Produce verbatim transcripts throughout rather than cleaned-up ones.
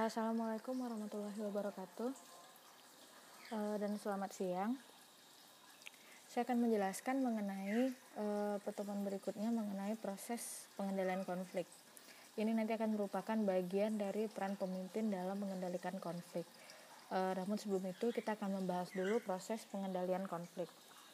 Assalamualaikum warahmatullahi wabarakatuh. Eh, dan selamat siang. Saya akan menjelaskan mengenai eh, pertemuan berikutnya mengenai proses pengendalian konflik. Ini nanti akan merupakan bagian dari peran pemimpin dalam mengendalikan konflik. Eh, namun sebelum itu kita akan membahas dulu proses pengendalian konflik.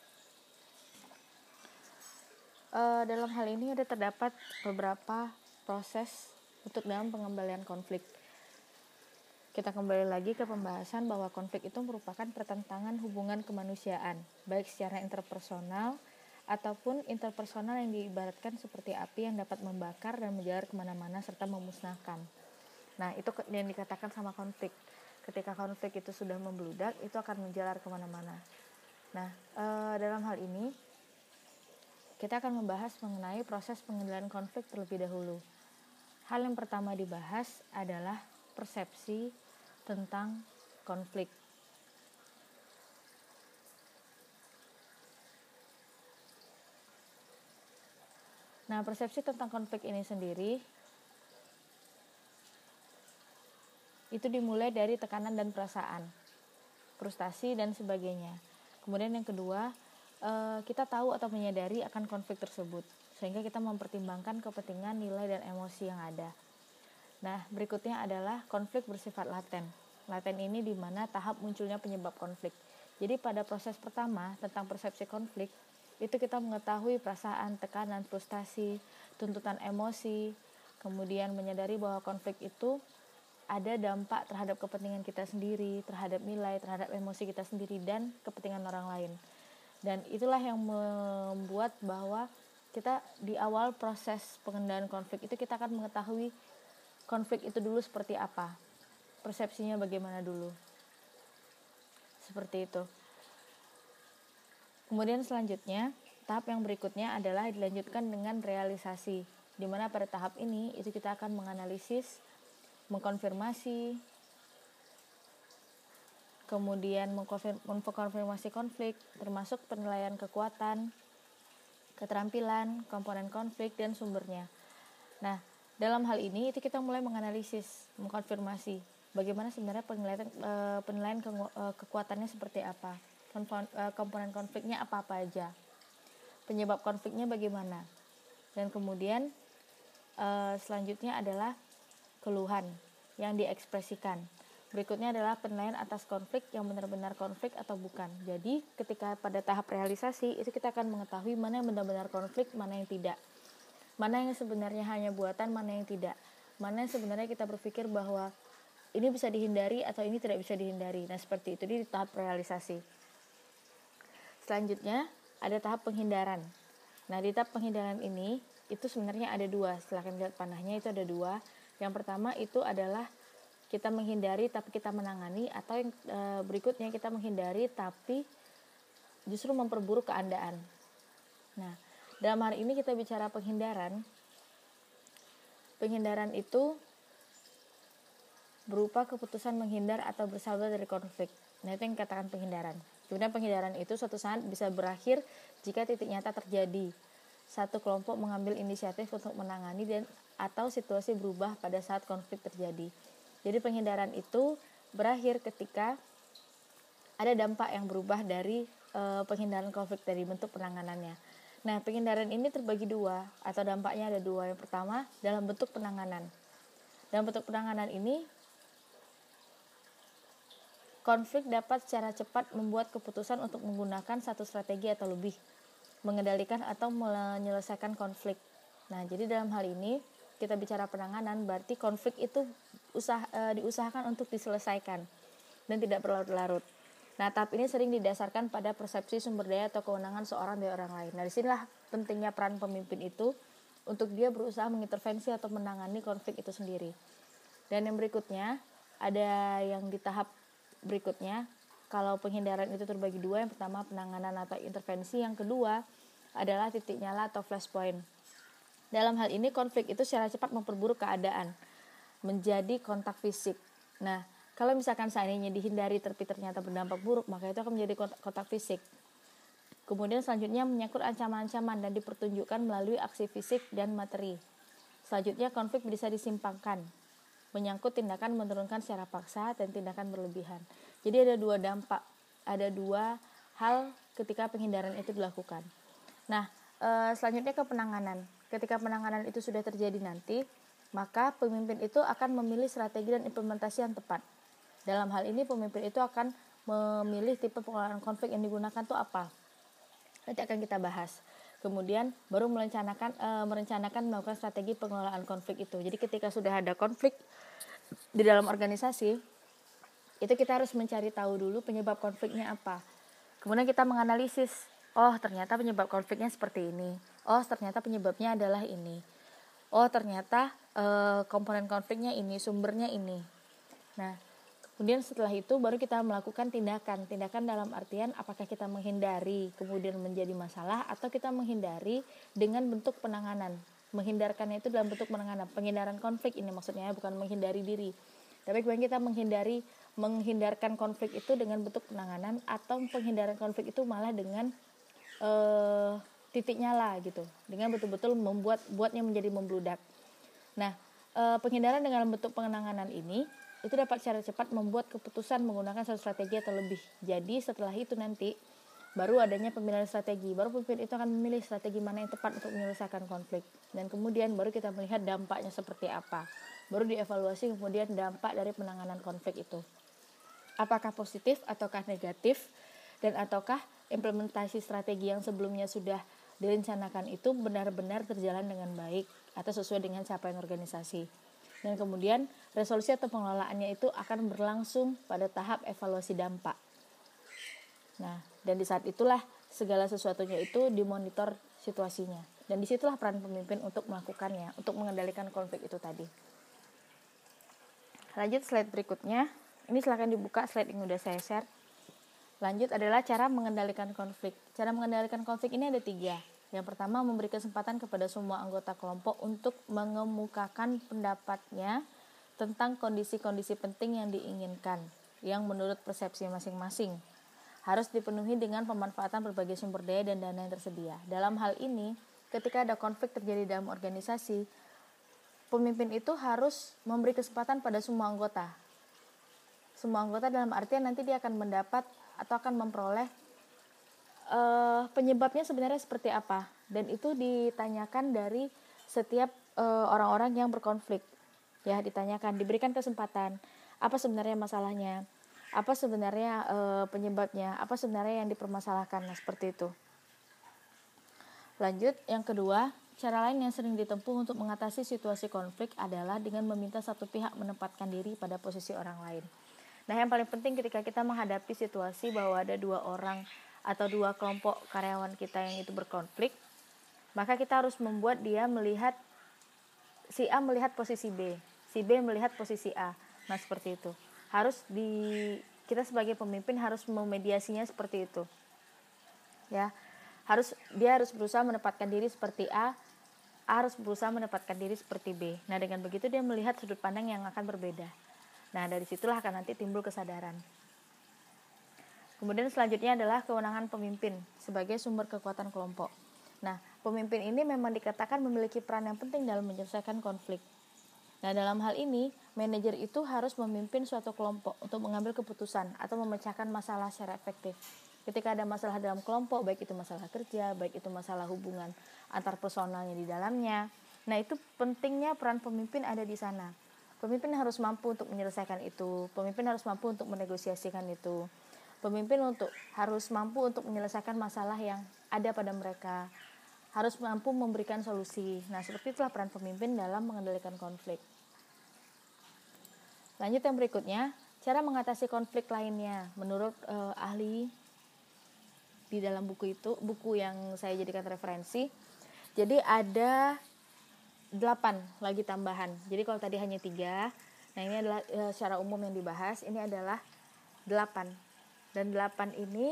Eh, dalam hal ini ada terdapat beberapa proses untuk dalam pengendalian konflik. Kita kembali lagi ke pembahasan bahwa konflik itu merupakan pertentangan hubungan kemanusiaan, baik secara interpersonal ataupun interpersonal yang diibaratkan seperti api yang dapat membakar dan menjalar kemana-mana serta memusnahkan. Nah, itu yang dikatakan sama konflik. Ketika konflik itu sudah membludak, itu akan menjalar kemana-mana. Nah, e, dalam hal ini, kita akan membahas mengenai proses pengendalian konflik terlebih dahulu. Hal yang pertama dibahas adalah persepsi tentang konflik. Nah, persepsi tentang konflik ini sendiri itu dimulai dari tekanan dan perasaan, frustasi dan sebagainya. Kemudian yang kedua, kita tahu atau menyadari akan konflik tersebut, sehingga kita mempertimbangkan kepentingan, nilai, dan emosi yang ada. Nah, berikutnya adalah konflik bersifat laten. Laten ini di mana tahap munculnya penyebab konflik. Jadi pada proses pertama tentang persepsi konflik, itu kita mengetahui perasaan, tekanan, frustasi, tuntutan emosi, kemudian menyadari bahwa konflik itu ada dampak terhadap kepentingan kita sendiri, terhadap nilai, terhadap emosi kita sendiri, dan kepentingan orang lain. Dan itulah yang membuat bahwa kita di awal proses pengendalian konflik itu kita akan mengetahui konflik itu dulu seperti apa, persepsinya bagaimana dulu, seperti itu. Kemudian selanjutnya, tahap yang berikutnya adalah dilanjutkan dengan realisasi, di mana pada tahap ini itu kita akan menganalisis, mengkonfirmasi, kemudian mengkonfirmasi konflik, termasuk penilaian kekuatan, keterampilan, komponen konflik, dan sumbernya. Nah, dalam hal ini itu kita mulai menganalisis, mengkonfirmasi bagaimana sebenarnya penilaian, e, penilaian ke, e, kekuatannya seperti apa, Konfon, e, komponen konfliknya apa-apa aja, penyebab konfliknya bagaimana, dan kemudian e, selanjutnya adalah keluhan yang diekspresikan. Berikutnya adalah penilaian atas konflik yang benar-benar konflik atau bukan. Jadi ketika pada tahap realisasi itu kita akan mengetahui mana yang benar-benar konflik, mana yang tidak. Mana yang sebenarnya hanya buatan, mana yang tidak. Mana yang sebenarnya kita berpikir bahwa ini bisa dihindari atau ini tidak bisa dihindari. Nah, seperti itu di tahap realisasi. Selanjutnya, ada tahap penghindaran. Nah, di tahap penghindaran ini, itu sebenarnya ada dua. Silahkan lihat panahnya, itu ada dua. Yang pertama itu adalah kita menghindari tapi kita menangani, atau yang e, berikutnya kita menghindari tapi justru memperburuk keadaan. Nah, dalam hari ini kita bicara penghindaran. Penghindaran itu berupa keputusan menghindar atau bersabar dari konflik. Nah, itu yang dikatakan penghindaran. Kemudian penghindaran itu suatu saat bisa berakhir jika titik nyata terjadi. Satu kelompok mengambil inisiatif untuk menangani dan atau situasi berubah pada saat konflik terjadi. Jadi penghindaran itu berakhir ketika ada dampak yang berubah dari e, penghindaran konflik dari bentuk penanganannya. Nah, penghindaran ini terbagi dua, atau dampaknya ada dua. Yang pertama, dalam bentuk penanganan. Dalam bentuk penanganan ini, konflik dapat secara cepat membuat keputusan untuk menggunakan satu strategi atau lebih, mengendalikan atau menyelesaikan konflik. Nah, jadi dalam hal ini, kita bicara penanganan, berarti konflik itu usah, e, diusahakan untuk diselesaikan, dan tidak berlarut-larut. Nah, tahap ini sering didasarkan pada persepsi sumber daya atau kewenangan seorang dari orang lain. Nah, disinilah pentingnya peran pemimpin itu untuk dia berusaha mengintervensi atau menangani konflik itu sendiri. Dan yang berikutnya, ada yang di tahap berikutnya, kalau penghindaran itu terbagi dua, yang pertama penanganan atau intervensi, yang kedua adalah titik nyala atau flashpoint. Dalam hal ini, konflik itu secara cepat memperburuk keadaan, menjadi kontak fisik. Nah, kalau misalkan seandainya dihindari tapi ternyata berdampak buruk, maka itu akan menjadi kontak fisik. Kemudian selanjutnya menyangkut ancaman-ancaman dan dipertunjukkan melalui aksi fisik dan materi. Selanjutnya konflik bisa disimpangkan. menyangkut tindakan menurunkan secara paksa dan tindakan berlebihan. Jadi ada dua dampak, ada dua hal ketika penghindaran itu dilakukan. Nah, e, selanjutnya ke penanganan. Ketika penanganan itu sudah terjadi nanti, maka pemimpin itu akan memilih strategi dan implementasi yang tepat. Dalam hal ini pemimpin itu akan memilih tipe pengelolaan konflik yang digunakan itu apa. Nanti akan kita bahas. Kemudian baru merencanakan e, merencanakan melakukan strategi pengelolaan konflik itu. Jadi ketika sudah ada konflik di dalam organisasi, itu kita harus mencari tahu dulu penyebab konfliknya apa. Kemudian kita menganalisis, oh ternyata penyebab konfliknya seperti ini. Oh ternyata penyebabnya adalah ini. Oh ternyata e, komponen konfliknya ini, sumbernya ini. Nah, kemudian setelah itu baru kita melakukan tindakan. Tindakan dalam artian apakah kita menghindari kemudian menjadi masalah atau kita menghindari dengan bentuk penanganan. Menghindarkannya itu dalam bentuk penanganan. Penghindaran konflik ini maksudnya bukan menghindari diri. Tapi kemudian kita menghindari menghindarkan konflik itu dengan bentuk penanganan atau penghindaran konflik itu malah dengan uh, titik nyala gitu, dengan betul-betul membuat buatnya menjadi membludak. Nah, uh, penghindaran dengan bentuk penanganan ini itu dapat secara cepat membuat keputusan menggunakan satu strategi atau lebih. Jadi setelah itu nanti baru adanya pemilihan strategi, baru pemimpin itu akan memilih strategi mana yang tepat untuk menyelesaikan konflik, dan kemudian baru kita melihat dampaknya seperti apa, baru dievaluasi kemudian dampak dari penanganan konflik itu. Apakah positif ataukah negatif, dan ataukah implementasi strategi yang sebelumnya sudah direncanakan itu benar-benar berjalan dengan baik atau sesuai dengan capaian organisasi. Dan kemudian resolusi atau pengelolaannya itu akan berlangsung pada tahap evaluasi dampak. Nah, dan di saat itulah segala sesuatunya itu dimonitor situasinya. Dan disitulah peran pemimpin untuk melakukannya, untuk mengendalikan konflik itu tadi. Lanjut slide berikutnya. Ini silakan dibuka slide yang udah saya share. Lanjut adalah cara mengendalikan konflik. Cara mengendalikan konflik ini ada tiga. Yang pertama, memberi kesempatan kepada semua anggota kelompok untuk mengemukakan pendapatnya tentang kondisi-kondisi penting yang diinginkan, yang menurut persepsi masing-masing. Harus dipenuhi dengan pemanfaatan berbagai sumber daya dan dana yang tersedia. Dalam hal ini, ketika ada konflik terjadi dalam organisasi, pemimpin itu harus memberi kesempatan pada semua anggota. Semua anggota dalam artian nanti dia akan mendapat atau akan memperoleh uh, penyebabnya sebenarnya seperti apa, dan itu ditanyakan dari setiap uh, orang-orang yang berkonflik, ya ditanyakan, diberikan kesempatan apa sebenarnya masalahnya, apa sebenarnya uh, penyebabnya, apa sebenarnya yang dipermasalahkan, nah seperti itu. Lanjut, yang kedua, cara lain yang sering ditempuh untuk mengatasi situasi konflik adalah dengan meminta satu pihak menempatkan diri pada posisi orang lain. Nah, yang paling penting ketika kita menghadapi situasi bahwa ada dua orang atau dua kelompok karyawan kita yang itu berkonflik, maka kita harus membuat dia melihat, si A melihat posisi B, si B melihat posisi A. Nah, seperti itu. Harus di kita sebagai pemimpin harus memediasinya seperti itu. Ya. Harus dia harus berusaha menempatkan diri seperti A, A harus berusaha menempatkan diri seperti B. Nah, dengan begitu dia melihat sudut pandang yang akan berbeda. Nah, dari situlah akan nanti timbul kesadaran. Kemudian selanjutnya adalah kewenangan pemimpin sebagai sumber kekuatan kelompok. Nah, pemimpin ini memang dikatakan memiliki peran yang penting dalam menyelesaikan konflik. Nah, dalam hal ini, manajer itu harus memimpin suatu kelompok untuk mengambil keputusan atau memecahkan masalah secara efektif. Ketika ada masalah dalam kelompok, baik itu masalah kerja, baik itu masalah hubungan antar personalnya di dalamnya. Nah, itu pentingnya peran pemimpin ada di sana. Pemimpin harus mampu untuk menyelesaikan itu. Pemimpin harus mampu untuk menegosiasikan itu. Pemimpin untuk harus mampu untuk menyelesaikan masalah yang ada pada mereka. Harus mampu memberikan solusi. Nah, seperti itulah peran pemimpin dalam mengendalikan konflik. Lanjut yang berikutnya, cara mengatasi konflik lainnya. Menurut eh, ahli di dalam buku itu, buku yang saya jadikan referensi. Jadi ada delapan lagi tambahan. Jadi kalau tadi hanya tiga, nah ini adalah e, secara umum yang dibahas, ini adalah delapan. Dan delapan ini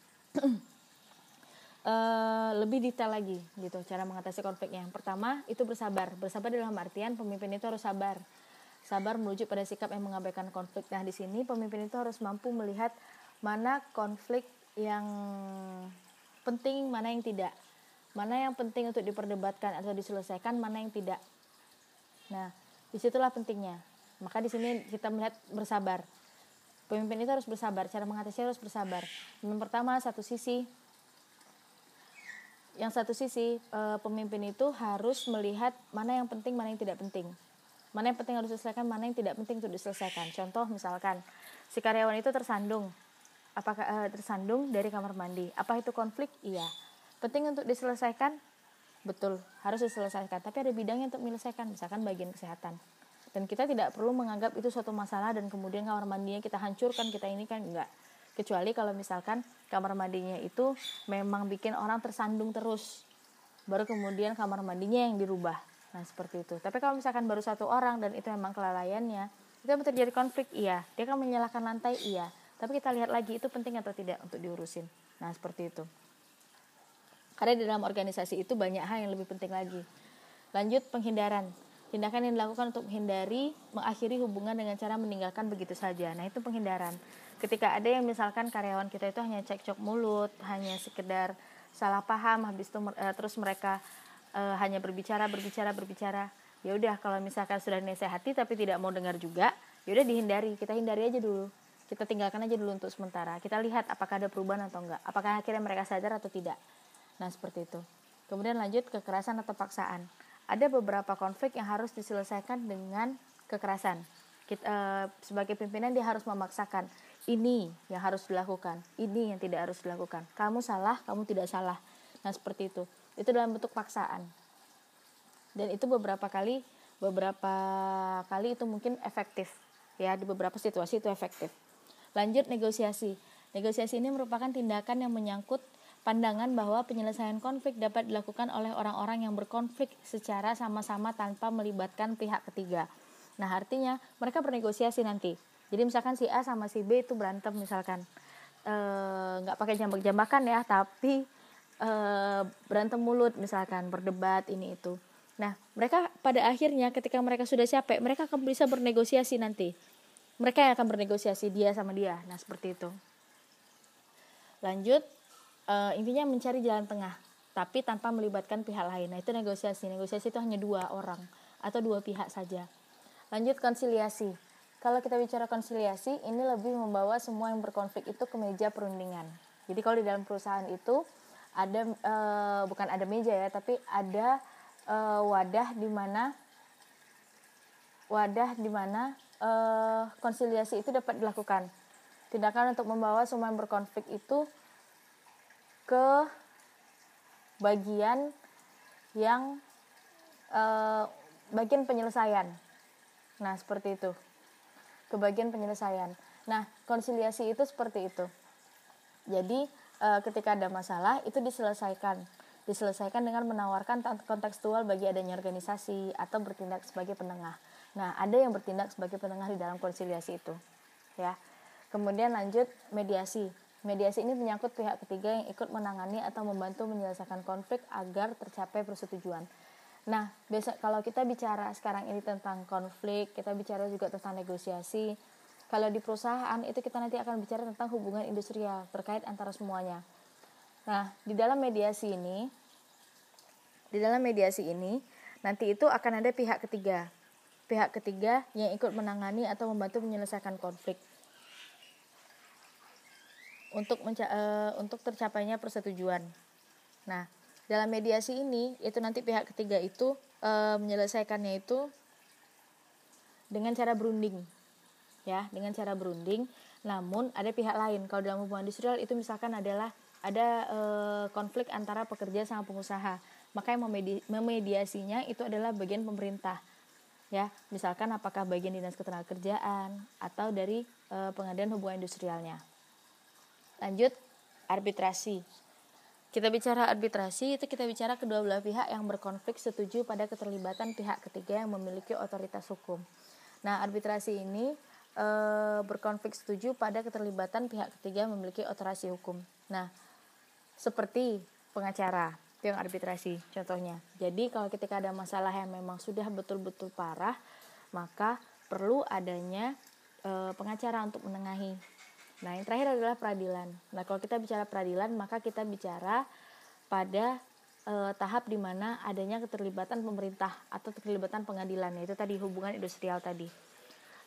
e, lebih detail lagi gitu cara mengatasi konfliknya. Yang pertama itu bersabar. Bersabar dalam artian pemimpin itu harus sabar. Sabar menuju pada sikap yang mengabaikan konflik. Nah, di sini pemimpin itu harus mampu melihat mana konflik yang penting, mana yang tidak. Mana yang penting untuk diperdebatkan atau diselesaikan, mana yang tidak. Nah, disitulah pentingnya. Maka di sini kita melihat bersabar. Pemimpin itu harus bersabar, cara mengatasinya harus bersabar. Yang pertama, satu sisi yang satu sisi e, pemimpin itu harus melihat mana yang penting, mana yang tidak penting. Mana yang penting harus diselesaikan, mana yang tidak penting untuk diselesaikan. Contoh misalkan si karyawan itu tersandung. Apakah e, tersandung dari kamar mandi? Apa itu konflik? Iya. Penting untuk diselesaikan? Betul, harus diselesaikan. Tapi ada bidangnya untuk menyelesaikan, misalkan bagian kesehatan. Dan kita tidak perlu menganggap itu suatu masalah dan kemudian kamar mandinya kita hancurkan, kita ini kan enggak. Kecuali kalau misalkan kamar mandinya itu memang bikin orang tersandung terus, baru kemudian kamar mandinya yang dirubah. Nah seperti itu. Tapi kalau misalkan baru satu orang dan itu memang kelalaiannya, itu terjadi konflik, iya. Dia kan menyalahkan lantai, iya. Tapi kita lihat lagi itu penting atau tidak untuk diurusin. Nah seperti itu. Karena di dalam organisasi itu banyak hal yang lebih penting lagi. Lanjut, penghindaran. Tindakan yang dilakukan untuk menghindari, mengakhiri hubungan dengan cara meninggalkan begitu saja. Nah itu penghindaran. Ketika ada yang misalkan karyawan kita itu hanya cekcok mulut, hanya sekedar salah paham, habis itu uh, terus mereka uh, hanya berbicara, berbicara, berbicara. Ya udah, kalau misalkan sudah dinasehati tapi tidak mau dengar juga, ya udah dihindari. Kita hindari aja dulu. Kita tinggalkan aja dulu untuk sementara. Kita lihat apakah ada perubahan atau enggak. Apakah akhirnya mereka sadar atau tidak. Nah seperti itu. Kemudian lanjut, kekerasan atau paksaan. Ada beberapa konflik yang harus diselesaikan dengan kekerasan. Kita, e, sebagai pimpinan dia harus memaksakan. Ini yang harus dilakukan, ini yang tidak harus dilakukan. Kamu salah, kamu tidak salah. Nah seperti itu. Itu dalam bentuk paksaan. Dan itu beberapa kali, beberapa kali itu mungkin efektif. Ya, di beberapa situasi itu efektif. Lanjut, negosiasi. Negosiasi ini merupakan tindakan yang menyangkut pandangan bahwa penyelesaian konflik dapat dilakukan oleh orang-orang yang berkonflik secara sama-sama tanpa melibatkan pihak ketiga. Nah, artinya mereka bernegosiasi nanti. Jadi misalkan si A sama si B itu berantem misalkan. E, gak pakai jambak-jambakan ya, tapi e, berantem mulut misalkan, berdebat ini itu. Nah, mereka pada akhirnya ketika mereka sudah capek, mereka akan bisa bernegosiasi nanti. Mereka yang akan bernegosiasi, dia sama dia. Nah, seperti itu. Lanjut. Uh, intinya mencari jalan tengah, tapi tanpa melibatkan pihak lain. Nah itu negosiasi. Negosiasi itu hanya dua orang atau dua pihak saja. Lanjut, konsiliasi. Kalau kita bicara konsiliasi, ini lebih membawa semua yang berkonflik itu ke meja perundingan. Jadi kalau di dalam perusahaan itu ada uh, bukan ada meja ya, tapi ada uh, wadah di mana wadah di mana uh, konsiliasi itu dapat dilakukan. Tindakan untuk membawa semua yang berkonflik itu ke bagian yang eh, bagian penyelesaian. Nah seperti itu, ke bagian penyelesaian. Nah konsiliasi itu seperti itu. Jadi eh, ketika ada masalah itu diselesaikan diselesaikan dengan menawarkan kontekstual bagi adanya organisasi atau bertindak sebagai penengah. Nah ada yang bertindak sebagai penengah di dalam konsiliasi itu, ya. Kemudian lanjut, mediasi. Mediasi ini menyangkut pihak ketiga yang ikut menangani atau membantu menyelesaikan konflik agar tercapai persetujuan. Nah, biasa kalau kita bicara sekarang ini tentang konflik, kita bicara juga tentang negosiasi. Kalau di perusahaan itu kita nanti akan bicara tentang hubungan industrial terkait antara semuanya. Nah, di dalam mediasi ini, di dalam mediasi ini nanti itu akan ada pihak ketiga. Pihak ketiga yang ikut menangani atau membantu menyelesaikan konflik. Untuk menca- uh, untuk tercapainya persetujuan. Nah, dalam mediasi ini itu nanti pihak ketiga itu uh, menyelesaikannya itu dengan cara berunding, ya, dengan cara berunding. Namun ada pihak lain. Kalau dalam hubungan industrial itu misalkan adalah ada uh, konflik antara pekerja sama pengusaha, maka yang memedi- memediasinya itu adalah bagian pemerintah, ya. Misalkan apakah bagian dinas ketenagakerjaan atau dari uh, pengadilan hubungan industrialnya. Lanjut, arbitrasi. Kita bicara arbitrasi, itu kita bicara kedua belah pihak yang berkonflik setuju pada keterlibatan pihak ketiga yang memiliki otoritas hukum. Nah, arbitrasi ini e, berkonflik setuju pada keterlibatan pihak ketiga yang memiliki otoritas hukum. Nah, seperti pengacara, itu yang arbitrasi contohnya. Jadi, kalau ketika ada masalah yang memang sudah betul-betul parah, maka perlu adanya e, pengacara untuk menengahi. Nah, yang terakhir adalah peradilan. Nah, kalau kita bicara peradilan, maka kita bicara pada e, tahap di mana adanya keterlibatan pemerintah atau keterlibatan pengadilan, yaitu tadi hubungan industrial tadi.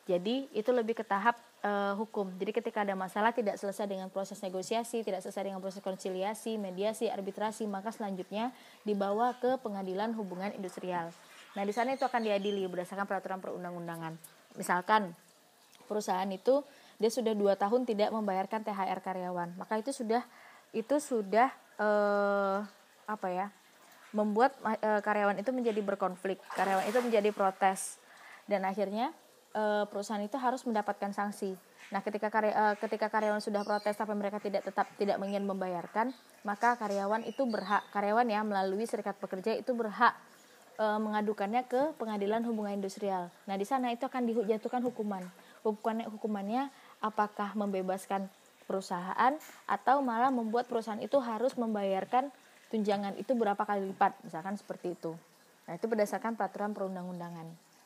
Jadi itu lebih ke tahap uh, hukum. Jadi ketika ada masalah tidak selesai dengan proses negosiasi, tidak selesai dengan proses konsiliasi, mediasi, arbitrasi, maka selanjutnya dibawa ke pengadilan hubungan industrial. Nah, di sana itu akan diadili berdasarkan peraturan perundang-undangan. Misalkan perusahaan itu dia sudah dua tahun tidak membayarkan T H R karyawan, maka itu sudah itu sudah uh, apa ya? membuat uh, karyawan itu menjadi berkonflik, karyawan itu menjadi protes, dan akhirnya uh, perusahaan itu harus mendapatkan sanksi. Nah, ketika karya, uh, ketika karyawan sudah protes tapi mereka tidak tetap tidak ingin membayarkan, maka karyawan itu berhak, karyawan ya melalui serikat pekerja itu berhak uh, mengadukannya ke pengadilan hubungan industrial. Nah, di sana itu akan dijatuhkan hukuman. Hukumannya, hukumannya apakah membebaskan perusahaan atau malah membuat perusahaan itu harus membayarkan tunjangan itu berapa kali lipat, misalkan seperti itu. Nah, itu berdasarkan peraturan perundang-undangan.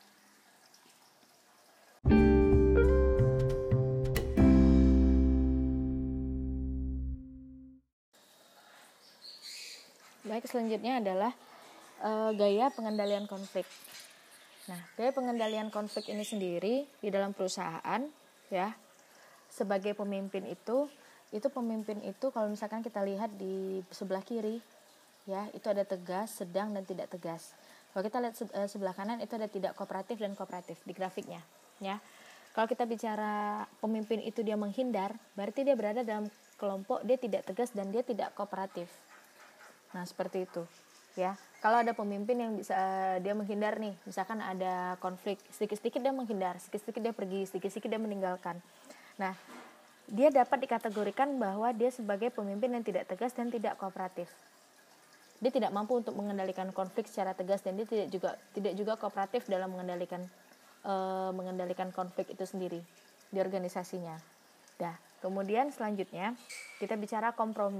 Baik, selanjutnya adalah e, gaya pengendalian konflik. Nah, gaya pengendalian konflik ini sendiri di dalam perusahaan, ya, sebagai pemimpin itu, itu pemimpin itu kalau misalkan kita lihat di sebelah kiri, ya, itu ada tegas, sedang, dan tidak tegas. Kalau kita lihat sebelah kanan itu ada tidak kooperatif dan kooperatif di grafiknya, ya. Kalau kita bicara pemimpin itu dia menghindar, berarti dia berada dalam kelompok dia tidak tegas dan dia tidak kooperatif. Nah, seperti itu, ya. Kalau ada pemimpin yang bisa dia menghindar nih, misalkan ada konflik, sedikit-sedikit dia menghindar, sedikit-sedikit dia pergi, sedikit-sedikit dia meninggalkan. Nah, dia dapat dikategorikan bahwa dia sebagai pemimpin yang tidak tegas dan tidak kooperatif. Dia tidak mampu untuk mengendalikan konflik secara tegas dan dia tidak juga tidak juga kooperatif dalam mengendalikan e, mengendalikan konflik itu sendiri di organisasinya. Nah, kemudian selanjutnya kita bicara kompromi.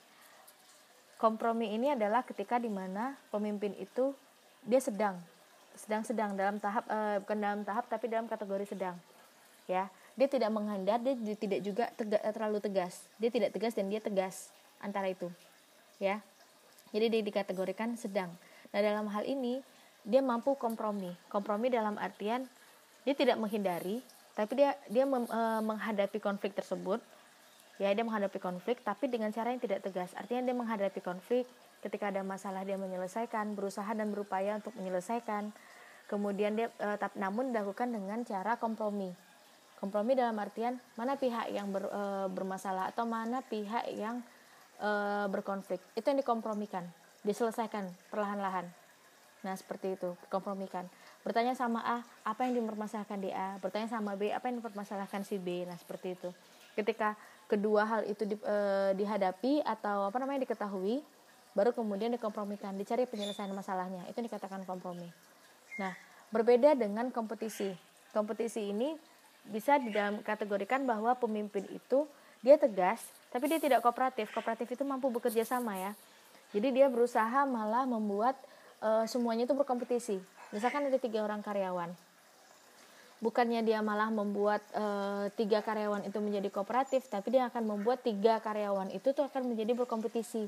Kompromi ini adalah ketika di mana pemimpin itu dia sedang sedang-sedang dalam tahap e, bukan dalam tahap tapi dalam kategori sedang. Ya, dia tidak menghindar, dia tidak juga tega, terlalu tegas. Dia tidak tegas dan dia tegas antara itu. Ya. Jadi dia dikategorikan sedang. Nah, dalam hal ini dia mampu kompromi. Kompromi dalam artian dia tidak menghindari, tapi dia dia mem, e, menghadapi konflik tersebut. Ya, dia menghadapi konflik tapi dengan cara yang tidak tegas. Artinya dia menghadapi konflik, ketika ada masalah dia menyelesaikan, berusaha dan berupaya untuk menyelesaikan. Kemudian dia e, tapi namun dilakukan dengan cara kompromi. Kompromi dalam artian mana pihak yang ber, e, bermasalah atau mana pihak yang E, berkonflik, itu yang dikompromikan, diselesaikan perlahan-lahan. Nah, seperti itu, dikompromikan. Bertanya sama A, apa yang dipermasalahkan di A, bertanya sama B, apa yang dipermasalahkan si B. Nah, seperti itu. Ketika kedua hal itu di, e, dihadapi atau apa namanya diketahui, baru kemudian dikompromikan, dicari penyelesaian masalahnya. Itu dikatakan kompromi. Nah, berbeda dengan kompetisi. Kompetisi ini bisa dikategorikan bahwa pemimpin itu dia tegas, tapi dia tidak kooperatif. Kooperatif itu mampu bekerja sama, ya. Jadi dia berusaha malah membuat e, semuanya itu berkompetisi. Misalkan ada tiga orang karyawan, bukannya dia malah membuat e, tiga karyawan itu menjadi kooperatif, tapi dia akan membuat tiga karyawan itu tuh akan menjadi berkompetisi,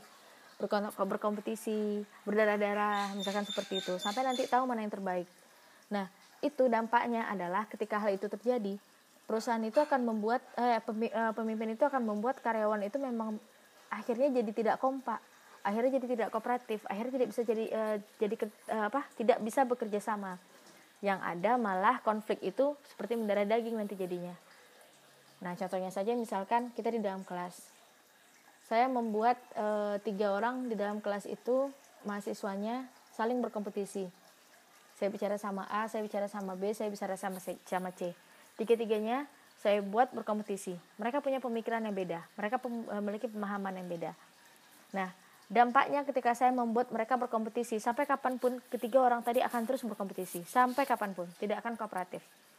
berkompetisi, berdarah-darah, misalkan seperti itu, sampai nanti tahu mana yang terbaik. Nah, itu dampaknya adalah ketika hal itu terjadi, perusahaan itu akan membuat eh, pemimpin itu akan membuat karyawan itu memang akhirnya jadi tidak kompak, akhirnya jadi tidak kooperatif, akhirnya tidak bisa jadi eh, jadi eh, apa tidak bisa bekerja sama. Yang ada malah konflik itu seperti mendarah daging nanti jadinya. Nah, contohnya saja misalkan kita di dalam kelas, saya membuat eh, tiga orang di dalam kelas itu mahasiswanya saling berkompetisi. Saya bicara sama A, saya bicara sama B, saya bicara sama C, sama C. Tiga-tiganya saya buat berkompetisi. Mereka punya pemikiran yang beda. Mereka memiliki pemahaman yang beda. Nah, dampaknya ketika saya membuat mereka berkompetisi, sampai kapanpun ketiga orang tadi akan terus berkompetisi. Sampai kapanpun, tidak akan kooperatif.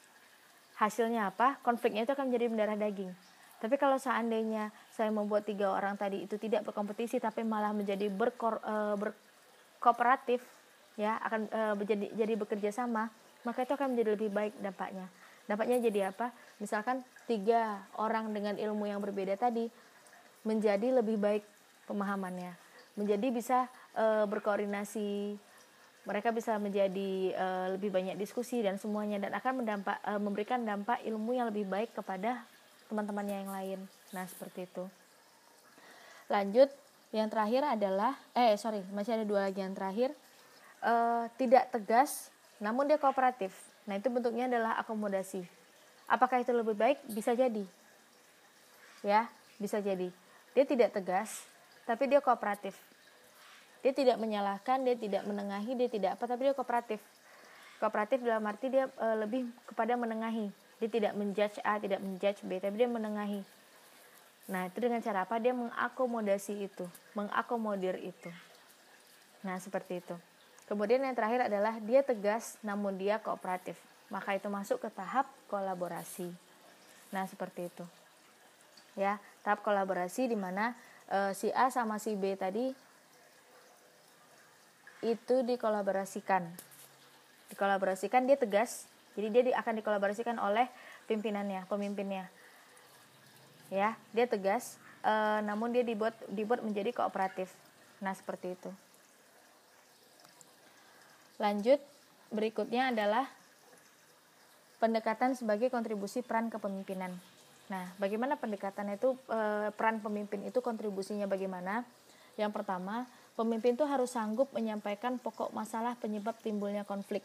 Hasilnya apa? Konfliknya itu akan menjadi mendarah daging. Tapi kalau seandainya saya membuat tiga orang tadi itu tidak berkompetisi, tapi malah menjadi berkor, e, berkooperatif, ya, akan e, menjadi jadi bekerja sama, maka itu akan menjadi lebih baik dampaknya. Dampaknya jadi apa? Misalkan tiga orang dengan ilmu yang berbeda tadi menjadi lebih baik pemahamannya, menjadi bisa e, berkoordinasi, mereka bisa menjadi uh, lebih banyak diskusi dan semuanya, dan akan mendampak, uh, memberikan dampak ilmu yang lebih baik kepada teman-temannya yang lain. Nah, seperti itu. Lanjut, yang terakhir adalah eh sorry masih ada dua lagi yang terakhir. Uh, tidak tegas namun dia kooperatif. Nah, itu bentuknya adalah akomodasi. Apakah itu lebih baik? Bisa jadi, ya, bisa jadi dia tidak tegas tapi dia kooperatif. Dia tidak menyalahkan, dia tidak menengahi, dia tidak apa, tapi dia kooperatif. Kooperatif dalam arti dia e, lebih kepada menengahi. Dia tidak menjudge A, tidak menjudge B, tapi dia menengahi. Nah, itu dengan cara apa? Dia mengakomodasi itu, mengakomodir itu. Nah, seperti itu. Kemudian yang terakhir adalah dia tegas, namun dia kooperatif. Maka itu masuk ke tahap kolaborasi. Nah, seperti itu. Ya, tahap kolaborasi di mana e, si A sama si B tadi itu dikolaborasikan. Dikolaborasikan, dia tegas. Jadi dia akan dikolaborasikan oleh pimpinannya, pemimpinnya. Ya, dia tegas, e, namun dia dibuat dibuat menjadi kooperatif. Nah, seperti itu. Lanjut, berikutnya adalah pendekatan sebagai kontribusi peran kepemimpinan. Nah, bagaimana pendekatannya itu, e, peran pemimpin itu kontribusinya bagaimana? Yang pertama, pemimpin itu harus sanggup menyampaikan pokok masalah penyebab timbulnya konflik.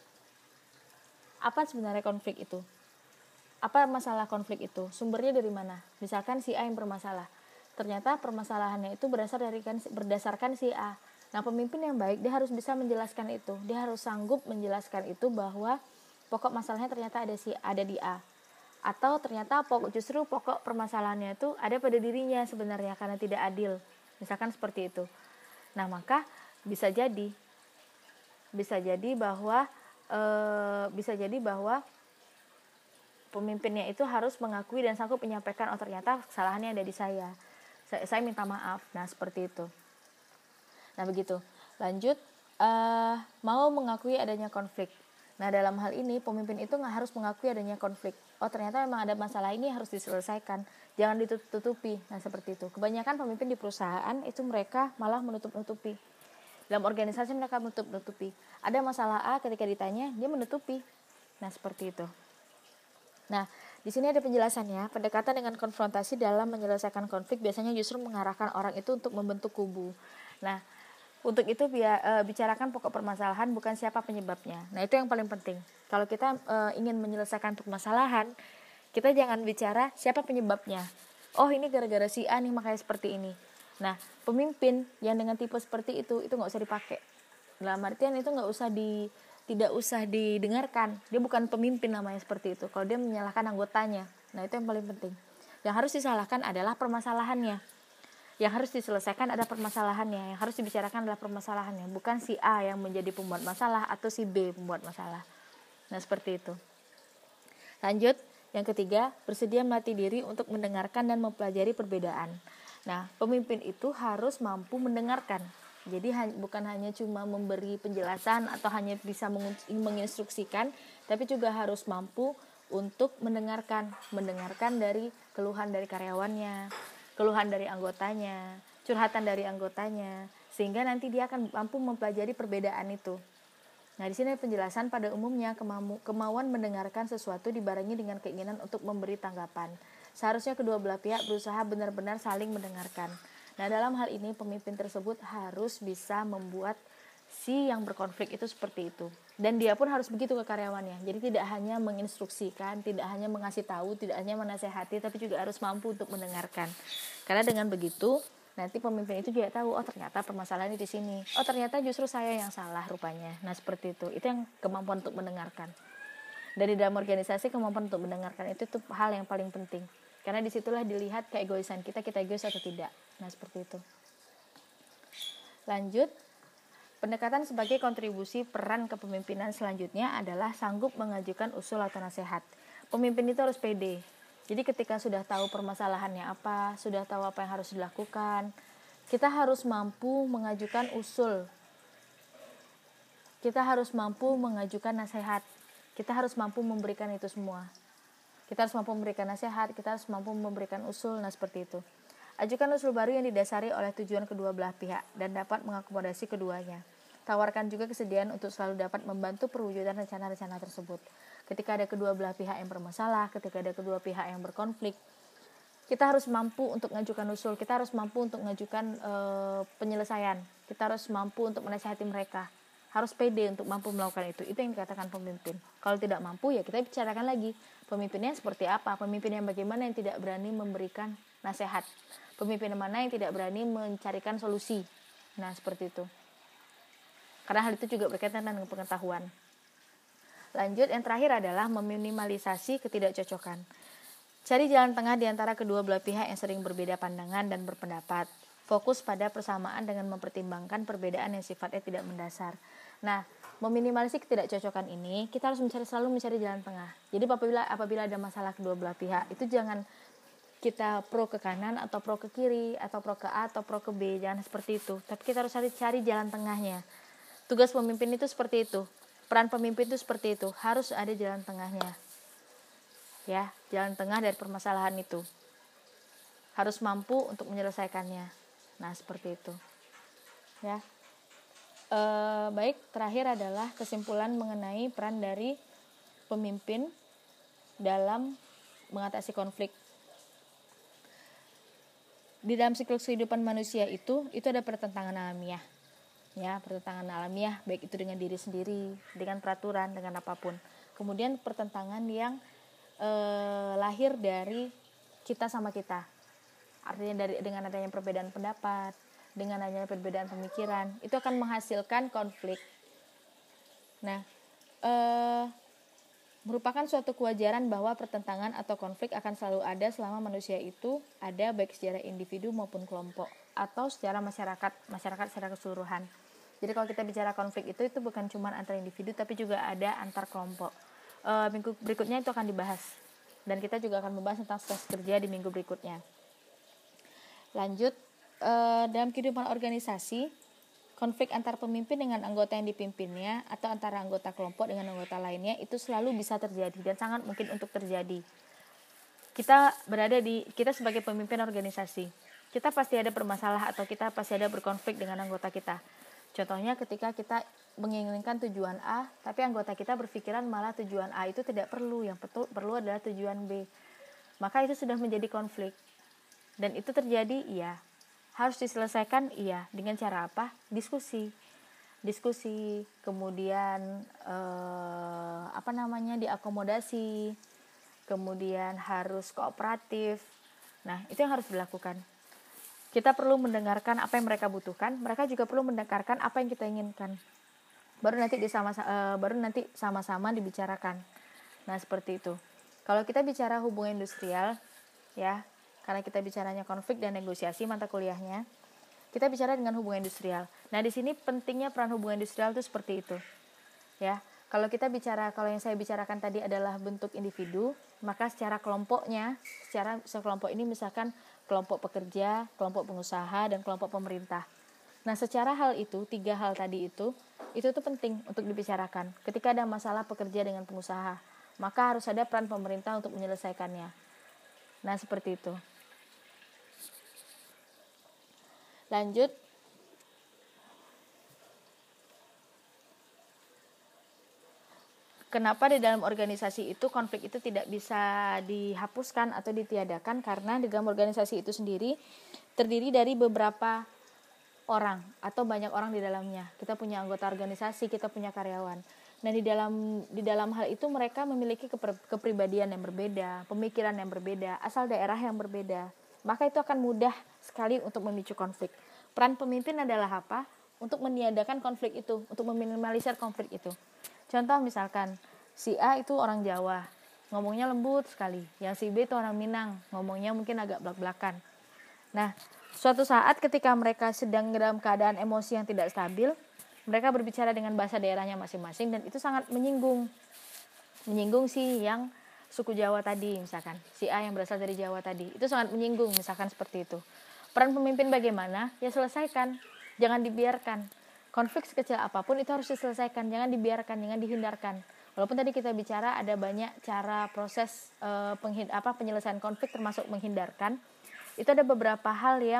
Apa sebenarnya konflik itu? Apa masalah konflik itu? Sumbernya dari mana? Misalkan si A yang bermasalah. Ternyata permasalahannya itu berdasar dari kan, berdasarkan si A. Nah, pemimpin yang baik dia harus bisa menjelaskan itu. Dia harus sanggup menjelaskan itu bahwa pokok masalahnya ternyata ada si ada di A. Atau ternyata pokok justru pokok permasalahannya itu ada pada dirinya sebenarnya karena tidak adil. Misalkan seperti itu. Nah, maka bisa jadi bisa jadi bahwa e, bisa jadi bahwa pemimpinnya itu harus mengakui dan sanggup menyampaikan, oh ternyata kesalahannya ada di saya. Saya, saya minta maaf. Nah, seperti itu. Nah, begitu. Lanjut, e, mau mengakui adanya konflik. Nah, dalam hal ini pemimpin itu nggak harus mengakui adanya konflik. Oh, ternyata memang ada masalah ini harus diselesaikan. Jangan ditutupi. Nah, seperti itu. Kebanyakan pemimpin di perusahaan itu mereka malah menutup-nutupi. Dalam organisasi mereka menutup-nutupi. Ada masalah A, ketika ditanya, dia menutupi. Nah, seperti itu. Nah, di sini ada penjelasannya. Pendekatan dengan konfrontasi dalam menyelesaikan konflik biasanya justru mengarahkan orang itu untuk membentuk kubu. Nah, untuk itu biar, e, bicarakan pokok permasalahan, bukan siapa penyebabnya. Nah, itu yang paling penting. Kalau kita e, ingin menyelesaikan permasalahan, kita jangan bicara siapa penyebabnya. Oh, ini gara-gara si A nih makanya seperti ini. Nah, pemimpin yang dengan tipe seperti itu itu nggak usah dipakai. Dalam artian itu nggak usah di tidak usah didengarkan. Dia bukan pemimpin namanya seperti itu. Kalau dia menyalahkan anggotanya, nah itu yang paling penting. Yang harus disalahkan adalah permasalahannya. Yang harus diselesaikan ada permasalahannya, yang harus dibicarakan adalah permasalahannya, bukan si A yang menjadi pembuat masalah atau si B pembuat masalah. Nah, seperti itu. Lanjut, yang ketiga, bersedia melatih diri untuk mendengarkan dan mempelajari perbedaan. Nah, pemimpin itu harus mampu mendengarkan. Jadi bukan hanya cuma memberi penjelasan atau hanya bisa menginstruksikan, tapi juga harus mampu untuk mendengarkan, mendengarkan dari keluhan dari karyawannya, keluhan dari anggotanya, curhatan dari anggotanya, sehingga nanti dia akan mampu mempelajari perbedaan itu. Nah, di sini penjelasan pada umumnya kemau- kemauan mendengarkan sesuatu dibarengi dengan keinginan untuk memberi tanggapan. Seharusnya kedua belah pihak berusaha benar-benar saling mendengarkan. Nah, dalam hal ini pemimpin tersebut harus bisa membuat si yang berkonflik itu seperti itu. Dan dia pun harus begitu ke karyawannya. Jadi tidak hanya menginstruksikan, tidak hanya mengasih tahu, tidak hanya menasehati, tapi juga harus mampu untuk mendengarkan. Karena dengan begitu, nanti pemimpin itu juga tahu, oh ternyata permasalahannya di sini. Oh ternyata justru saya yang salah rupanya. Nah, seperti itu. Itu yang kemampuan untuk mendengarkan. Dari dalam organisasi, kemampuan untuk mendengarkan itu tuh hal yang paling penting. Karena disitulah dilihat keegoisan kita, kita egois atau tidak. Nah, seperti itu. Lanjut. Pendekatan sebagai kontribusi peran kepemimpinan selanjutnya adalah sanggup mengajukan usul atau nasihat. Pemimpin itu harus pede. Jadi ketika sudah tahu permasalahannya apa, sudah tahu apa yang harus dilakukan, kita harus mampu mengajukan usul. Kita harus mampu mengajukan nasihat. Kita harus mampu memberikan itu semua. Kita harus mampu memberikan nasihat, kita harus mampu memberikan usul, nah seperti itu. Ajukan usul baru yang didasari oleh tujuan kedua belah pihak dan dapat mengakomodasi keduanya. Tawarkan juga kesediaan untuk selalu dapat membantu perwujudan rencana-rencana tersebut. Ketika ada kedua belah pihak yang bermasalah, ketika ada kedua pihak yang berkonflik, kita harus mampu untuk mengajukan usul, kita harus mampu untuk mengajukan e, penyelesaian, kita harus mampu untuk menasihati mereka, harus pede untuk mampu melakukan itu. Itu yang dikatakan pemimpin. Kalau tidak mampu, ya kita bicarakan lagi pemimpinnya seperti apa, pemimpin yang bagaimana yang tidak berani memberikan nasihat, pemimpin mana yang tidak berani mencarikan solusi. Nah, seperti itu. Karena hal itu juga berkaitan dengan pengetahuan. Lanjut, yang terakhir adalah meminimalisasi ketidakcocokan. Cari jalan tengah di antara kedua belah pihak yang sering berbeda pandangan dan berpendapat. Fokus pada persamaan dengan mempertimbangkan perbedaan yang sifatnya tidak mendasar. Nah, meminimalisasi ketidakcocokan ini, kita harus mencari selalu mencari jalan tengah. Jadi apabila apabila ada masalah kedua belah pihak, itu jangan kita pro ke kanan atau pro ke kiri atau pro ke A atau pro ke B, jangan seperti itu. Tapi kita harus cari cari jalan tengahnya. Tugas pemimpin itu seperti itu. Peran pemimpin itu seperti itu. Harus ada jalan tengahnya. Ya, jalan tengah dari permasalahan itu. Harus mampu untuk menyelesaikannya. Nah, seperti itu. Ya. E, baik, terakhir adalah kesimpulan mengenai peran dari pemimpin dalam mengatasi konflik. Di dalam siklus kehidupan manusia itu, itu ada pertentangan alamiah. Ya, pertentangan alamiah, baik itu dengan diri sendiri, dengan peraturan, dengan apapun. Kemudian pertentangan yang e, lahir dari kita sama kita. Artinya dari dengan adanya perbedaan pendapat, dengan adanya perbedaan pemikiran, itu akan menghasilkan konflik. Nah, e, merupakan suatu kewajaran bahwa pertentangan atau konflik akan selalu ada selama manusia itu ada, baik secara individu maupun kelompok atau secara masyarakat, masyarakat secara keseluruhan. Jadi kalau kita bicara konflik itu, itu bukan cuma antar individu, tapi juga ada antar kelompok. E, minggu berikutnya itu akan dibahas. Dan kita juga akan membahas tentang stres kerja di minggu berikutnya. Lanjut, e, dalam kehidupan organisasi, konflik antar pemimpin dengan anggota yang dipimpinnya, atau antara anggota kelompok dengan anggota lainnya, itu selalu bisa terjadi dan sangat mungkin untuk terjadi. Kita berada di, kita sebagai pemimpin organisasi, kita pasti ada bermasalah atau kita pasti ada berkonflik dengan anggota kita. Contohnya ketika kita menginginkan tujuan A, tapi anggota kita berpikiran malah tujuan A itu tidak perlu, yang perlu adalah tujuan B. Maka itu sudah menjadi konflik. Dan itu terjadi, iya. Harus diselesaikan, iya. Dengan cara apa? Diskusi. Diskusi, kemudian eh, apa namanya, diakomodasi, kemudian harus kooperatif. Nah, itu yang harus dilakukan. Kita perlu mendengarkan apa yang mereka butuhkan, mereka juga perlu mendengarkan apa yang kita inginkan. Baru nanti disama, uh, baru nanti sama-sama dibicarakan. Nah, seperti itu. Kalau kita bicara hubungan industrial, ya, karena kita bicaranya konflik dan negosiasi mata kuliahnya, kita bicara dengan hubungan industrial. Nah, di sini pentingnya peran hubungan industrial itu seperti itu. Ya, kalau kita bicara, kalau yang saya bicarakan tadi adalah bentuk individu, maka secara kelompoknya, secara sekelompok ini misalkan kelompok pekerja, kelompok pengusaha, dan kelompok pemerintah. Nah, secara hal itu, tiga hal tadi itu, itu tuh penting untuk dibicarakan. Ketika ada masalah pekerja dengan pengusaha, maka harus ada peran pemerintah untuk menyelesaikannya. Nah, seperti itu. Lanjut. Kenapa di dalam organisasi itu konflik itu tidak bisa dihapuskan atau ditiadakan? Karena di dalam organisasi itu sendiri terdiri dari beberapa orang atau banyak orang di dalamnya. Kita punya anggota organisasi, kita punya karyawan. Nah, di dalam di dalam hal itu mereka memiliki keper, kepribadian yang berbeda, pemikiran yang berbeda, asal daerah yang berbeda. Maka itu akan mudah sekali untuk memicu konflik. Peran pemimpin adalah apa? Untuk meniadakan konflik itu, untuk meminimalisir konflik itu. Contoh misalkan, si A itu orang Jawa, ngomongnya lembut sekali. Yang si B itu orang Minang, ngomongnya mungkin agak belak-belakan. Nah, suatu saat ketika mereka sedang dalam keadaan emosi yang tidak stabil, mereka berbicara dengan bahasa daerahnya masing-masing dan itu sangat menyinggung. Menyinggung si yang suku Jawa tadi misalkan, si A yang berasal dari Jawa tadi. Itu sangat menyinggung misalkan seperti itu. Peran pemimpin bagaimana? Ya selesaikan, jangan dibiarkan. Konflik sekecil apapun itu harus diselesaikan, jangan dibiarkan, jangan dihindarkan. Walaupun tadi kita bicara ada banyak cara proses e, penghind- apa, penyelesaian konflik termasuk menghindarkan, itu ada beberapa hal yang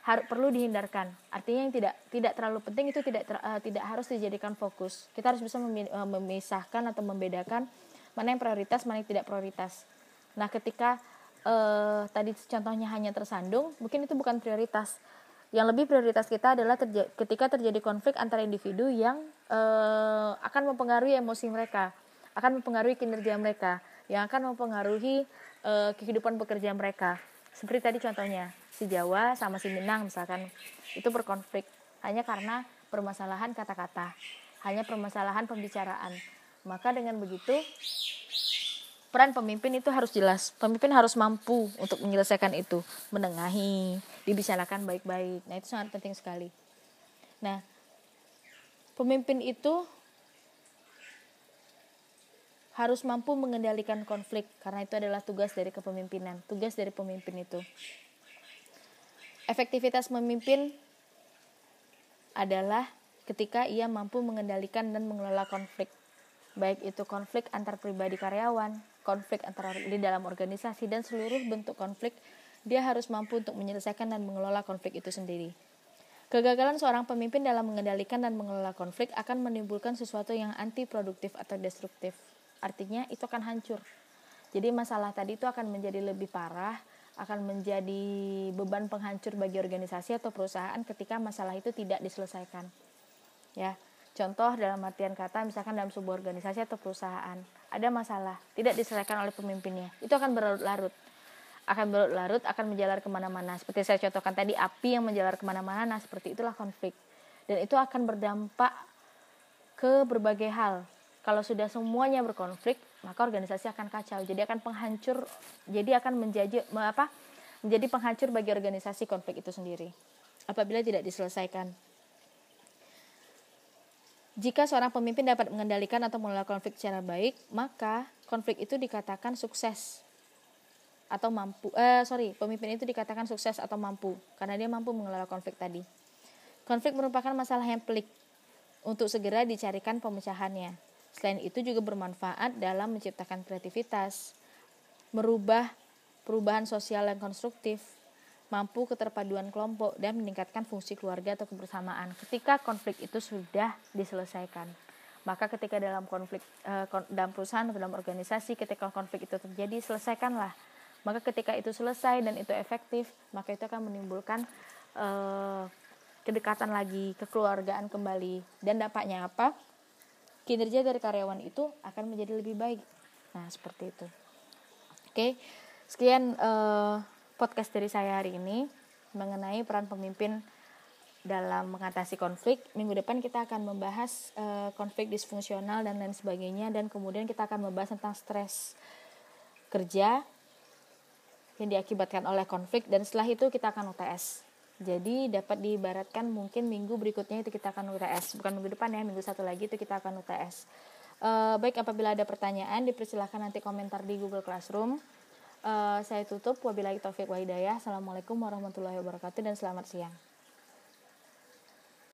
har- perlu dihindarkan. Artinya yang tidak tidak terlalu penting itu tidak ter, uh, tidak harus dijadikan fokus. Kita harus bisa memi- uh, memisahkan atau membedakan mana yang prioritas, mana yang tidak prioritas. Nah, ketika uh, tadi contohnya hanya tersandung, mungkin itu bukan prioritas. Yang lebih prioritas kita adalah terja- ketika terjadi konflik antara individu yang uh, akan mempengaruhi emosi mereka, akan mempengaruhi kinerja mereka, yang akan mempengaruhi uh, kehidupan bekerja mereka. Seperti tadi contohnya, si Jawa sama si Minang misalkan, itu berkonflik hanya karena permasalahan kata-kata, hanya permasalahan pembicaraan. Maka dengan begitu, peran pemimpin itu harus jelas. Pemimpin harus mampu untuk menyelesaikan itu, menengahi, dibicarakan baik-baik. Nah, itu sangat penting sekali. Nah, pemimpin itu harus mampu mengendalikan konflik, karena itu adalah tugas dari kepemimpinan, tugas dari pemimpin itu. Efektivitas memimpin adalah ketika ia mampu mengendalikan dan mengelola konflik, baik itu konflik antar pribadi karyawan, konflik antara di dalam organisasi, dan seluruh bentuk konflik, dia harus mampu untuk menyelesaikan dan mengelola konflik itu sendiri. Kegagalan seorang pemimpin dalam mengendalikan dan mengelola konflik akan menimbulkan sesuatu yang antiproduktif atau destruktif. Artinya itu akan hancur. Jadi masalah tadi itu akan menjadi lebih parah, akan menjadi beban penghancur bagi organisasi atau perusahaan ketika masalah itu tidak diselesaikan. Ya, contoh dalam artian kata, misalkan dalam sebuah organisasi atau perusahaan ada masalah tidak diselesaikan oleh pemimpinnya, itu akan berlarut-larut, akan berlarut-larut, akan menjalar kemana-mana. Seperti saya contohkan tadi, api yang menjalar kemana-mana. Nah, seperti itulah konflik, dan itu akan berdampak ke berbagai hal. Kalau sudah semuanya berkonflik, maka organisasi akan kacau. Jadi akan penghancur, jadi akan menjadi apa? Menjadi penghancur bagi organisasi konflik itu sendiri apabila tidak diselesaikan. Jika seorang pemimpin dapat mengendalikan atau mengelola konflik secara baik, maka konflik itu dikatakan sukses atau mampu. Eh, sorry, pemimpin itu dikatakan sukses atau mampu karena dia mampu mengelola konflik tadi. Konflik merupakan masalah yang pelik untuk segera dicarikan pemecahannya. Selain itu juga bermanfaat dalam menciptakan kreativitas, merubah perubahan sosial yang konstruktif, mampu keterpaduan kelompok, dan meningkatkan fungsi keluarga atau kebersamaan. Ketika konflik itu sudah diselesaikan, maka ketika dalam konflik eh, dalam perusahaan atau dalam organisasi, ketika konflik itu terjadi, selesaikanlah. Maka ketika itu selesai dan itu efektif, maka itu akan menimbulkan eh, kedekatan lagi, kekeluargaan kembali, dan dampaknya apa? Kinerja dari karyawan itu akan menjadi lebih baik. Nah, seperti itu. Oke, sekian eh, podcast dari saya hari ini mengenai peran pemimpin dalam mengatasi konflik. Minggu depan kita akan membahas eh, konflik disfungsional dan lain sebagainya, dan kemudian kita akan membahas tentang stres kerja yang diakibatkan oleh konflik, dan setelah itu kita akan U T S. Jadi dapat diibaratkan mungkin minggu berikutnya itu kita akan U T S, bukan minggu depan ya, minggu satu lagi itu kita akan U T S. E, baik, apabila ada pertanyaan dipersilakan nanti komentar di Google Classroom. E, saya tutup, wabillahi taufiq wa hidayah. Assalamualaikum warahmatullahi wabarakatuh dan selamat siang.